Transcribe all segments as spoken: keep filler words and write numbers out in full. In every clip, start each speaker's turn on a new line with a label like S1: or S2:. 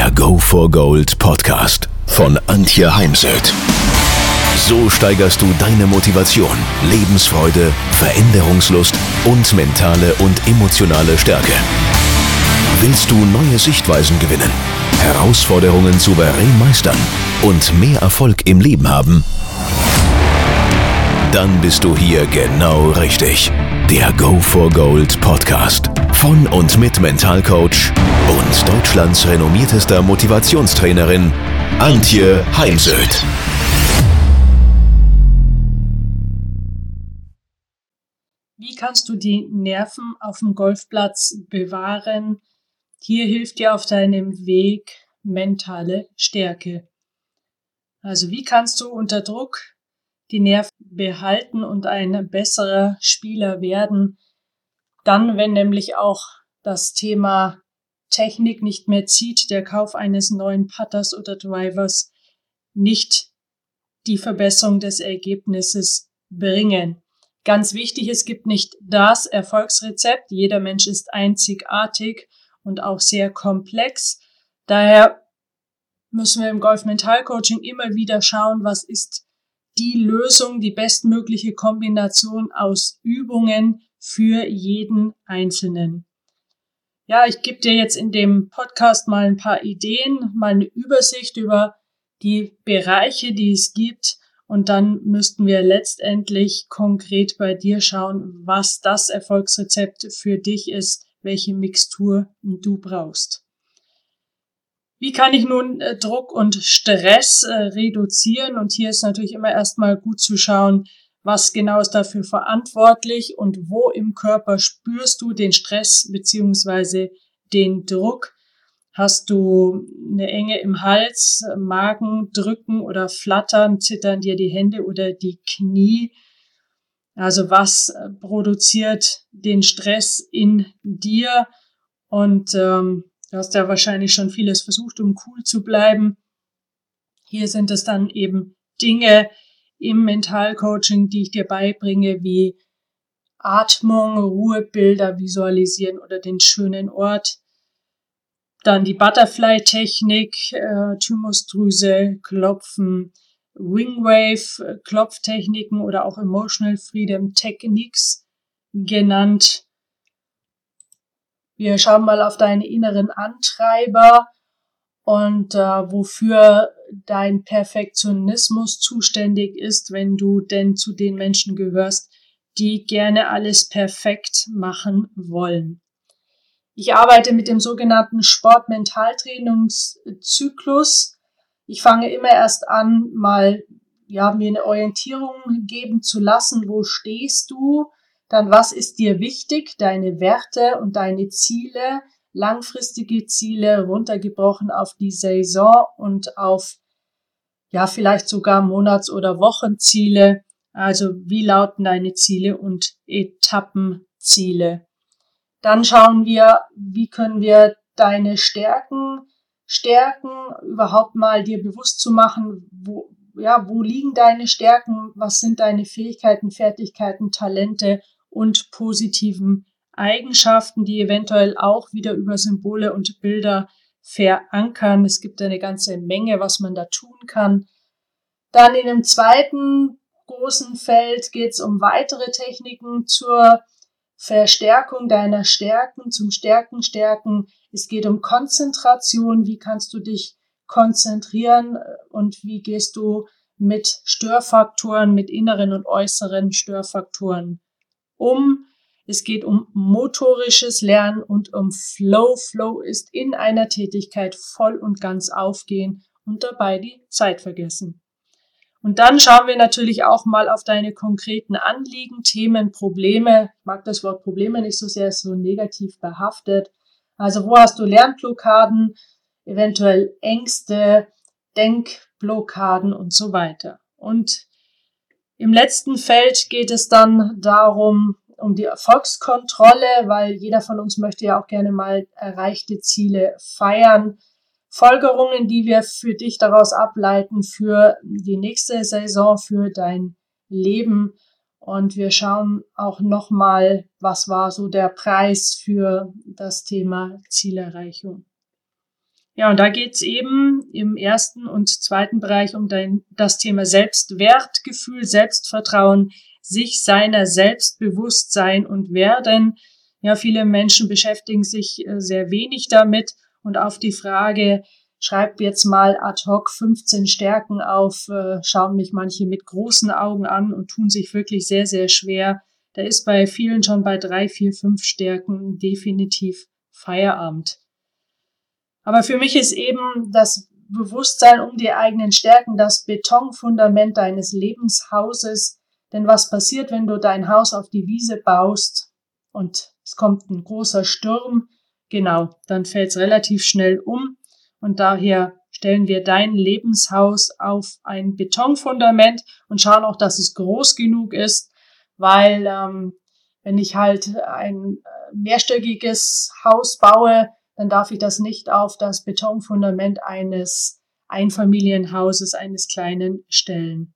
S1: Der Go for Gold Podcast von Antje Heimsöth. So steigerst du deine Motivation, Lebensfreude, Veränderungslust und mentale und emotionale Stärke. Willst du neue Sichtweisen gewinnen, Herausforderungen souverän meistern und mehr Erfolg im Leben haben? Dann bist du hier genau richtig. Der Go for Gold Podcast von und mit Mentalcoach und Deutschlands renommiertester Motivationstrainerin Antje Heimsöth.
S2: Wie kannst du die Nerven auf dem Golfplatz bewahren? Hier hilft dir auf deinem Weg mentale Stärke. Also wie kannst du unter Druck die Nerven behalten und ein besserer Spieler werden? Dann, wenn nämlich auch das Thema Technik nicht mehr zieht, der Kauf eines neuen Putters oder Drivers nicht die Verbesserung des Ergebnisses bringen. Ganz wichtig, es gibt nicht das Erfolgsrezept. Jeder Mensch ist einzigartig und auch sehr komplex. Daher müssen wir im Golf-Mental-Coaching immer wieder schauen, was ist die Lösung, die bestmögliche Kombination aus Übungen für jeden Einzelnen. Ja, ich gebe dir jetzt in dem Podcast mal ein paar Ideen, mal eine Übersicht über die Bereiche, die es gibt. Und dann müssten wir letztendlich konkret bei dir schauen, was das Erfolgsrezept für dich ist, welche Mixtur du brauchst. Wie kann ich nun äh, Druck und Stress äh, reduzieren? Und hier ist natürlich immer erstmal gut zu schauen, was genau ist dafür verantwortlich und wo im Körper spürst du den Stress beziehungsweise den Druck? Hast du eine Enge im Hals, Magen, Drücken oder Flattern, zittern dir die Hände oder die Knie? Also was produziert den Stress in dir? Und ähm, du hast ja wahrscheinlich schon vieles versucht, um cool zu bleiben. Hier sind es dann eben Dinge im Mentalcoaching, die ich dir beibringe, wie Atmung, Ruhebilder visualisieren oder den schönen Ort. Dann die Butterfly-Technik, äh, Thymusdrüse, Klopfen, Wingwave, äh, Klopftechniken oder auch Emotional Freedom Techniques genannt. Wir schauen mal auf deine inneren Antreiber und äh, wofür dein Perfektionismus zuständig ist, wenn du denn zu den Menschen gehörst, die gerne alles perfekt machen wollen. Ich arbeite mit dem sogenannten Sport-Mental-Trainingszyklus. Ich fange immer erst an, mal ja, mir eine Orientierung geben zu lassen, wo stehst du, dann was ist dir wichtig, deine Werte und deine Ziele, langfristige Ziele runtergebrochen auf die Saison und auf ja vielleicht sogar Monats- oder Wochenziele. Also wie lauten deine Ziele und Etappenziele? Dann schauen wir, wie können wir deine Stärken stärken, überhaupt mal dir bewusst zu machen, wo, ja, wo liegen deine Stärken, was sind deine Fähigkeiten, Fertigkeiten, Talente und positiven Eigenschaften, die eventuell auch wieder über Symbole und Bilder verankern. Es gibt eine ganze Menge, was man da tun kann. Dann in einem zweiten großen Feld geht es um weitere Techniken zur Verstärkung deiner Stärken, zum Stärken, Stärken. Es geht um Konzentration. Wie kannst du dich konzentrieren und wie gehst du mit Störfaktoren, mit inneren und äußeren Störfaktoren um? Es geht um motorisches Lernen und um Flow. Flow ist in einer Tätigkeit voll und ganz aufgehen und dabei die Zeit vergessen. Und dann schauen wir natürlich auch mal auf deine konkreten Anliegen, Themen, Probleme. Ich mag das Wort Probleme nicht so sehr, ist so negativ behaftet. Also wo hast du Lernblockaden, eventuell Ängste, Denkblockaden und so weiter. Und im letzten Feld geht es dann darum, um die Erfolgskontrolle, weil jeder von uns möchte ja auch gerne mal erreichte Ziele feiern. Folgerungen, die wir für dich daraus ableiten für die nächste Saison, für dein Leben. Und wir schauen auch nochmal, was war so der Preis für das Thema Zielerreichung. Ja, und da geht's eben im ersten und zweiten Bereich um dein, das Thema Selbstwertgefühl, Selbstvertrauen, sich seiner selbst bewusst sein und werden. Ja, viele Menschen beschäftigen sich sehr wenig damit und auf die Frage, schreib jetzt mal ad hoc fünfzehn Stärken auf, schauen mich manche mit großen Augen an und tun sich wirklich sehr, sehr schwer. Da ist bei vielen schon bei drei, vier, fünf Stärken definitiv Feierabend. Aber für mich ist eben das Bewusstsein um die eigenen Stärken das Betonfundament deines Lebenshauses. Denn was passiert, wenn du dein Haus auf die Wiese baust und es kommt ein großer Sturm? Genau, dann fällt es relativ schnell um. Und daher stellen wir dein Lebenshaus auf ein Betonfundament und schauen auch, dass es groß genug ist, weil ähm, wenn ich halt ein mehrstöckiges Haus baue, dann darf ich das nicht auf das Betonfundament eines Einfamilienhauses, eines kleinen stellen.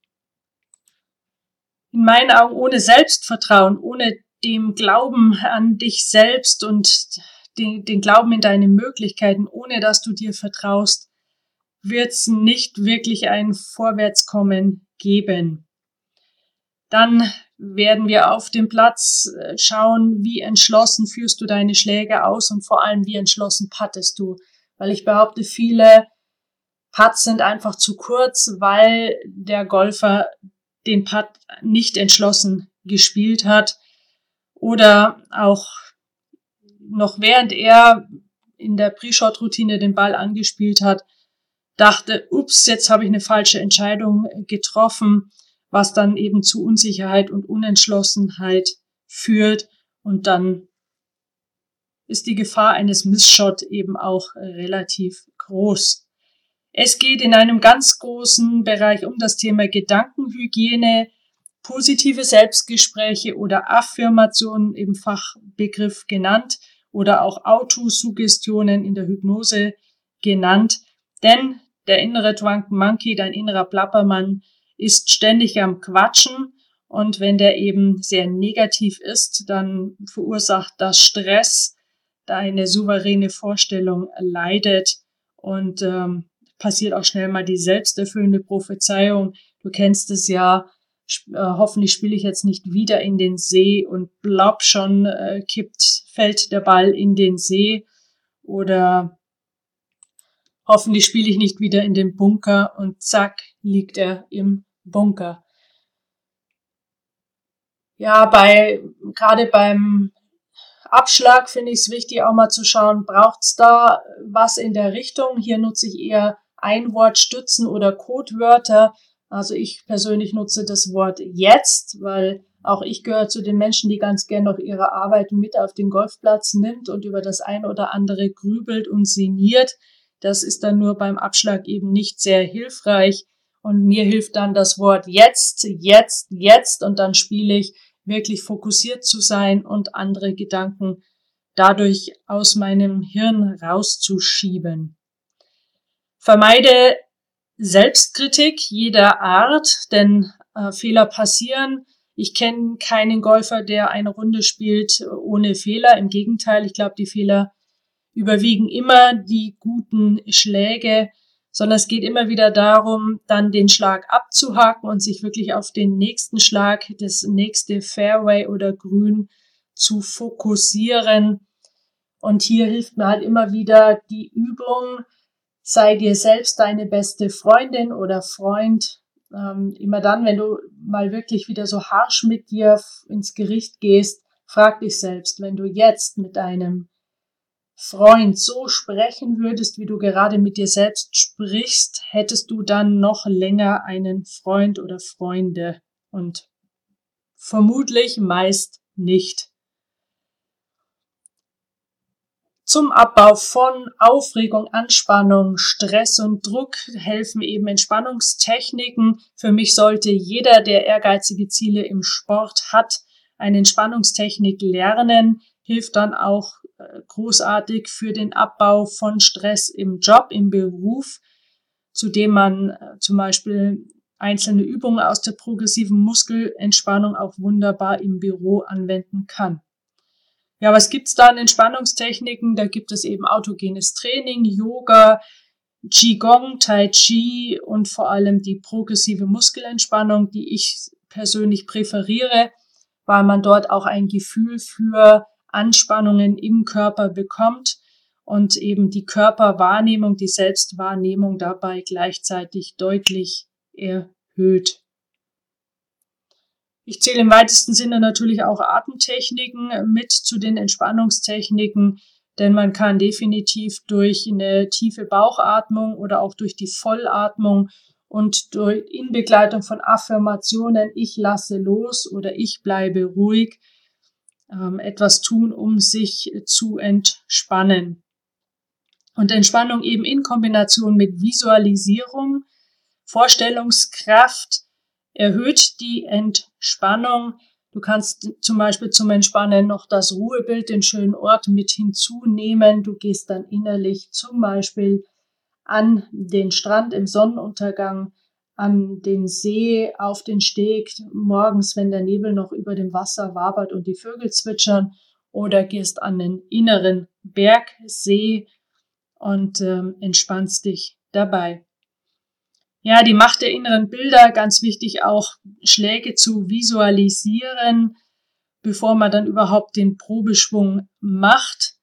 S2: In meinen Augen ohne Selbstvertrauen, ohne dem Glauben an dich selbst und den, den Glauben in deine Möglichkeiten, ohne dass du dir vertraust, wird es nicht wirklich ein Vorwärtskommen geben. Dann werden wir auf dem Platz schauen, wie entschlossen führst du deine Schläge aus und vor allem, wie entschlossen puttest du. Weil ich behaupte, viele Putts sind einfach zu kurz, weil der Golfer den Putt nicht entschlossen gespielt hat oder auch noch während er in der Pre-Shot-Routine den Ball angespielt hat, dachte, ups, jetzt habe ich eine falsche Entscheidung getroffen, was dann eben zu Unsicherheit und Unentschlossenheit führt und dann ist die Gefahr eines Missshot eben auch relativ groß. Es geht in einem ganz großen Bereich um das Thema Gedankenhygiene, positive Selbstgespräche oder Affirmationen im Fachbegriff genannt oder auch Autosuggestionen in der Hypnose genannt, denn der innere Drunken Monkey, dein innerer Plappermann, ist ständig am Quatschen und wenn der eben sehr negativ ist, dann verursacht das Stress, deine souveräne Vorstellung leidet und ähm, passiert auch schnell mal die selbsterfüllende Prophezeiung. Du kennst es ja, äh, hoffentlich spiele ich jetzt nicht wieder in den See und blob schon äh, kippt, fällt der Ball in den See oder hoffentlich spiele ich nicht wieder in den Bunker und zack, liegt er im Bunker. Ja, bei, gerade beim Abschlag finde ich es wichtig, auch mal zu schauen, braucht es da was in der Richtung? Hier nutze ich eher Einwortstützen oder Codewörter. Also ich persönlich nutze das Wort jetzt, weil auch ich gehöre zu den Menschen, die ganz gern noch ihre Arbeit mit auf den Golfplatz nimmt und über das ein oder andere grübelt und sinniert. Das ist dann nur beim Abschlag eben nicht sehr hilfreich. Und mir hilft dann das Wort jetzt, jetzt, jetzt und dann spiele ich wirklich fokussiert zu sein und andere Gedanken dadurch aus meinem Hirn rauszuschieben. Vermeide Selbstkritik jeder Art, denn äh, Fehler passieren. Ich kenne keinen Golfer, der eine Runde spielt ohne Fehler. Im Gegenteil, ich glaube, die Fehler überwiegen immer die guten Schläge, sondern es geht immer wieder darum, dann den Schlag abzuhaken und sich wirklich auf den nächsten Schlag, das nächste Fairway oder Grün zu fokussieren. Und hier hilft mir halt immer wieder die Übung, sei dir selbst deine beste Freundin oder Freund. Ähm, immer dann, wenn du mal wirklich wieder so harsch mit dir ins Gericht gehst, frag dich selbst, wenn du jetzt mit deinem Freund so sprechen würdest, wie du gerade mit dir selbst sprichst, hättest du dann noch länger einen Freund oder Freunde und vermutlich meist nicht. Zum Abbau von Aufregung, Anspannung, Stress und Druck helfen eben Entspannungstechniken. Für mich sollte jeder, der ehrgeizige Ziele im Sport hat, eine Entspannungstechnik lernen, hilft dann auch großartig für den Abbau von Stress im Job, im Beruf, zu dem man zum Beispiel einzelne Übungen aus der progressiven Muskelentspannung auch wunderbar im Büro anwenden kann. Ja, was gibt's da an Entspannungstechniken? Da gibt es eben autogenes Training, Yoga, Qigong, Tai Chi und vor allem die progressive Muskelentspannung, die ich persönlich präferiere, weil man dort auch ein Gefühl für Anspannungen im Körper bekommt und eben die Körperwahrnehmung, die Selbstwahrnehmung dabei gleichzeitig deutlich erhöht. Ich zähle im weitesten Sinne natürlich auch Atemtechniken mit zu den Entspannungstechniken, denn man kann definitiv durch eine tiefe Bauchatmung oder auch durch die Vollatmung und durch, in Begleitung von Affirmationen, ich lasse los oder ich bleibe ruhig, ähm, etwas tun, um sich zu entspannen. Und Entspannung eben in Kombination mit Visualisierung, Vorstellungskraft, erhöht die Entspannung. Du kannst zum Beispiel zum Entspannen noch das Ruhebild, den schönen Ort mit hinzunehmen. Du gehst dann innerlich zum Beispiel an den Strand im Sonnenuntergang, an den See, auf den Steg, morgens, wenn der Nebel noch über dem Wasser wabert und die Vögel zwitschern, oder gehst an den inneren Bergsee und ähm, entspannst dich dabei. Ja, die Macht der inneren Bilder, ganz wichtig auch Schläge zu visualisieren, bevor man dann überhaupt den Probeschwung macht.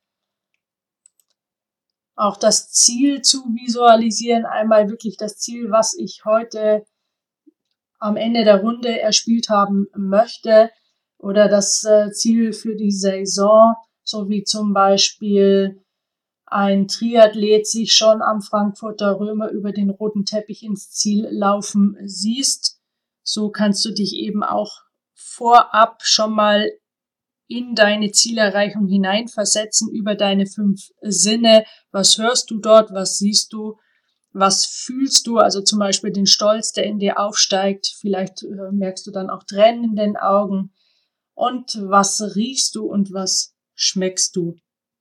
S2: Auch das Ziel zu visualisieren, einmal wirklich das Ziel, was ich heute am Ende der Runde erspielt haben möchte, oder das äh, Ziel für die Saison, so wie zum Beispiel ein Triathlet sich schon am Frankfurter Römer über den roten Teppich ins Ziel laufen siehst. So kannst du dich eben auch vorab schon mal in deine Zielerreichung hineinversetzen über deine fünf Sinne. Was hörst du dort? Was siehst du? Was fühlst du? Also zum Beispiel den Stolz, der in dir aufsteigt. Vielleicht äh, merkst du dann auch Tränen in den Augen. Und was riechst du und was schmeckst du?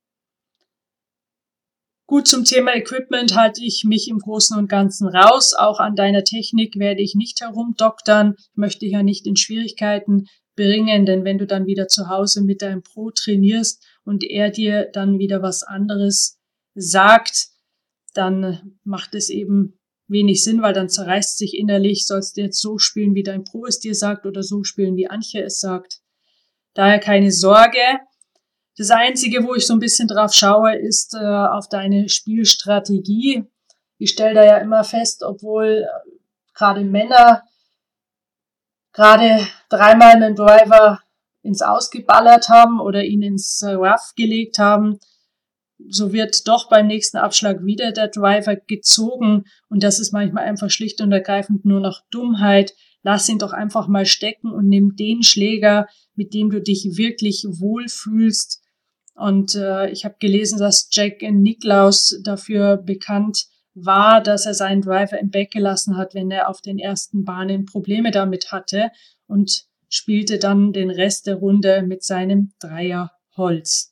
S2: Gut, zum Thema Equipment halte ich mich im Großen und Ganzen raus. Auch an deiner Technik werde ich nicht herumdoktern. Ich möchte ja nicht in Schwierigkeiten bringen, denn wenn du dann wieder zu Hause mit deinem Pro trainierst und er dir dann wieder was anderes sagt, dann macht es eben wenig Sinn, weil dann zerreißt sich innerlich, sollst du jetzt so spielen, wie dein Pro es dir sagt oder so spielen, wie Antje es sagt. Daher keine Sorge. Das Einzige, wo ich so ein bisschen drauf schaue, ist äh, auf deine Spielstrategie. Ich stelle da ja immer fest, obwohl äh, gerade Männer gerade dreimal einen Driver ins Ausgeballert haben oder ihn ins äh, Rough gelegt haben, so wird doch beim nächsten Abschlag wieder der Driver gezogen und das ist manchmal einfach schlicht und ergreifend nur noch Dummheit. Lass ihn doch einfach mal stecken und nimm den Schläger, mit dem du dich wirklich wohlfühlst. Und äh, ich habe gelesen, dass Jack Nicklaus dafür bekannt war, dass er seinen Driver im Back gelassen hat, wenn er auf den ersten Bahnen Probleme damit hatte und spielte dann den Rest der Runde mit seinem Dreierholz.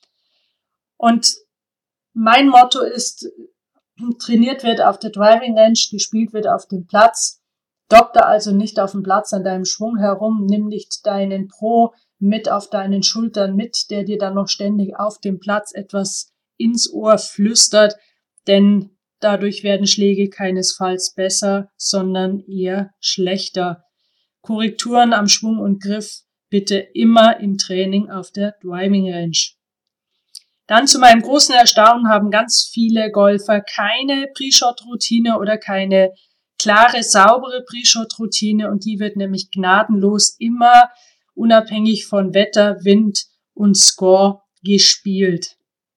S2: Und mein Motto ist, trainiert wird auf der Driving Range, gespielt wird auf dem Platz. Dokter also nicht auf dem Platz an deinem Schwung herum, nimm nicht deinen Pro mit auf deinen Schultern mit, der dir dann noch ständig auf dem Platz etwas ins Ohr flüstert, denn dadurch werden Schläge keinesfalls besser, sondern eher schlechter. Korrekturen am Schwung und Griff bitte immer im Training auf der Driving Range. Dann zu meinem großen Erstaunen haben ganz viele Golfer keine Pre-Shot-Routine oder keine klare, saubere Pre-Shot-Routine und die wird nämlich gnadenlos immer unabhängig von Wetter, Wind und Score gespielt.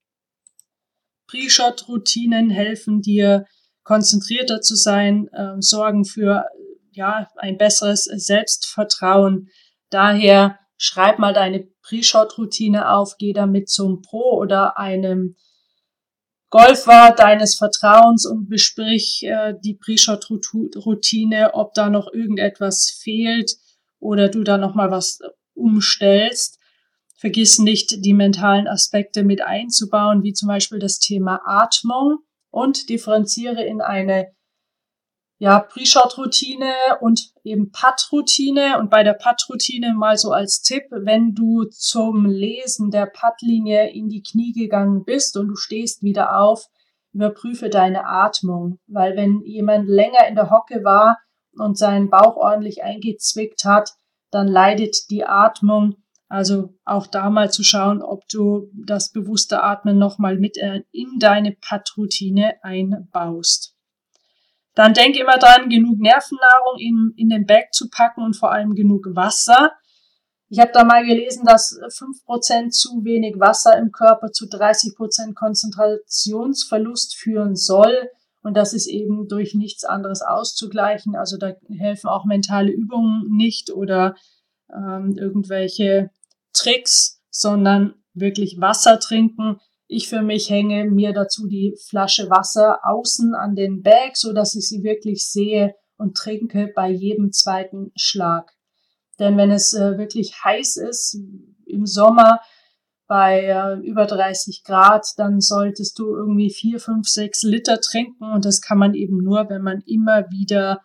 S2: Pre-Shot-Routinen helfen dir, konzentrierter zu sein, äh, sorgen für ja ein besseres Selbstvertrauen. Daher schreib mal deine Pre-Shot-Routine auf, geh damit zum Pro oder einem Golfer deines Vertrauens und besprich äh, die Pre-Shot-Routine, ob da noch irgendetwas fehlt oder du da nochmal was umstellst. Vergiss nicht, die mentalen Aspekte mit einzubauen, wie zum Beispiel das Thema Atmung und differenziere in eine ja, Pre-Shot-Routine und eben Putt-Routine. Und bei der Putt-Routine mal so als Tipp, wenn du zum Lesen der Puttlinie in die Knie gegangen bist und du stehst wieder auf, überprüfe deine Atmung. Weil wenn jemand länger in der Hocke war und seinen Bauch ordentlich eingezwickt hat, dann leidet die Atmung. Also auch da mal zu schauen, ob du das bewusste Atmen nochmal mit in deine Putt-Routine einbaust. Dann denk immer dran, genug Nervennahrung in, in den Bag zu packen und vor allem genug Wasser. Ich habe da mal gelesen, dass fünf Prozent zu wenig Wasser im Körper zu dreißig Prozent Konzentrationsverlust führen soll. Und das ist eben durch nichts anderes auszugleichen. Also da helfen auch mentale Übungen nicht oder ähm, irgendwelche Tricks, sondern wirklich Wasser trinken. Ich für mich hänge mir dazu die Flasche Wasser außen an den Bag, so dass ich sie wirklich sehe und trinke bei jedem zweiten Schlag. Denn wenn es äh, wirklich heiß ist im Sommer bei äh, über dreißig Grad, dann solltest du irgendwie vier, fünf, sechs Liter trinken und das kann man eben nur, wenn man immer wieder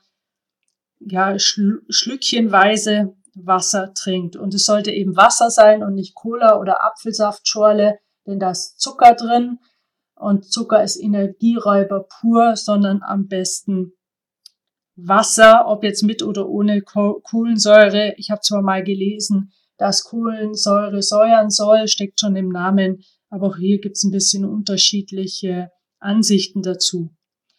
S2: ja schl- schlückchenweise Wasser trinkt. Und es sollte eben Wasser sein und nicht Cola oder Apfelsaftschorle, denn da ist Zucker drin und Zucker ist Energieräuber pur, sondern am besten Wasser, ob jetzt mit oder ohne Kohlensäure. Ich habe zwar mal gelesen, dass Kohlensäure säuern soll, steckt schon im Namen, aber auch hier gibt es ein bisschen unterschiedliche Ansichten dazu.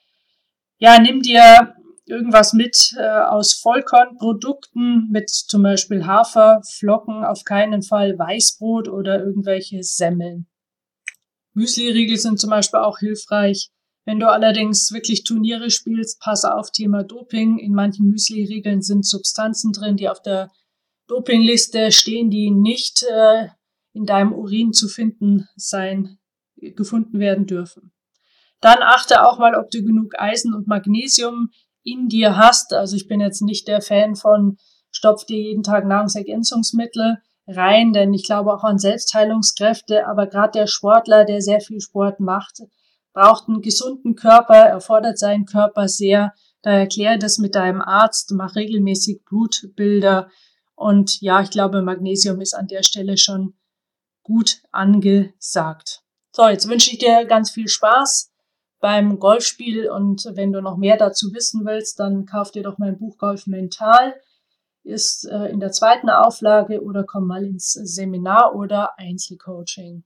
S2: Ja, nimm dir irgendwas mit äh, aus Vollkornprodukten, mit zum Beispiel Haferflocken, auf keinen Fall Weißbrot oder irgendwelche Semmeln. Müsli-Riegel sind zum Beispiel auch hilfreich. Wenn du allerdings wirklich Turniere spielst, pass auf, Thema Doping. In manchen Müsli-Riegeln sind Substanzen drin, die auf der Dopingliste stehen, die nicht äh, in deinem Urin zu finden sein, gefunden werden dürfen. Dann achte auch mal, ob du genug Eisen und Magnesium in dir hast. Also ich bin jetzt nicht der Fan von stopf dir jeden Tag Nahrungsergänzungsmittel rein, denn ich glaube auch an Selbstheilungskräfte, aber gerade der Sportler, der sehr viel Sport macht, braucht einen gesunden Körper, erfordert seinen Körper sehr. Da erklär das mit deinem Arzt, mach regelmäßig Blutbilder und ja, ich glaube, Magnesium ist an der Stelle schon gut angesagt. So, jetzt wünsche ich dir ganz viel Spaß beim Golfspiel und wenn du noch mehr dazu wissen willst, dann kauf dir doch mein Buch Golf Mental. Ist äh, in der zweiten Auflage oder komm mal ins Seminar oder Einzelcoaching.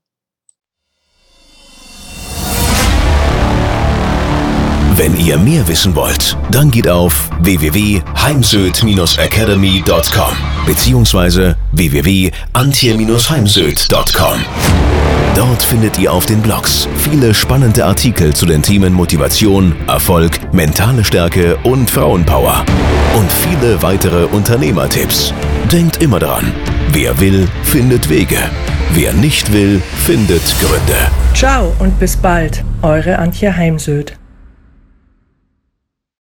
S1: Wenn ihr mehr wissen wollt, dann geht auf w w w punkt heimsöd academy punkt com beziehungsweise w w w punkt antje heimsöd punkt com. Dort findet ihr auf den Blogs viele spannende Artikel zu den Themen Motivation, Erfolg, mentale Stärke und Frauenpower. Und viele weitere Unternehmertipps. Denkt immer dran, wer will, findet Wege. Wer nicht will, findet Gründe.
S3: Ciao und bis bald, eure Antje Heimsöd.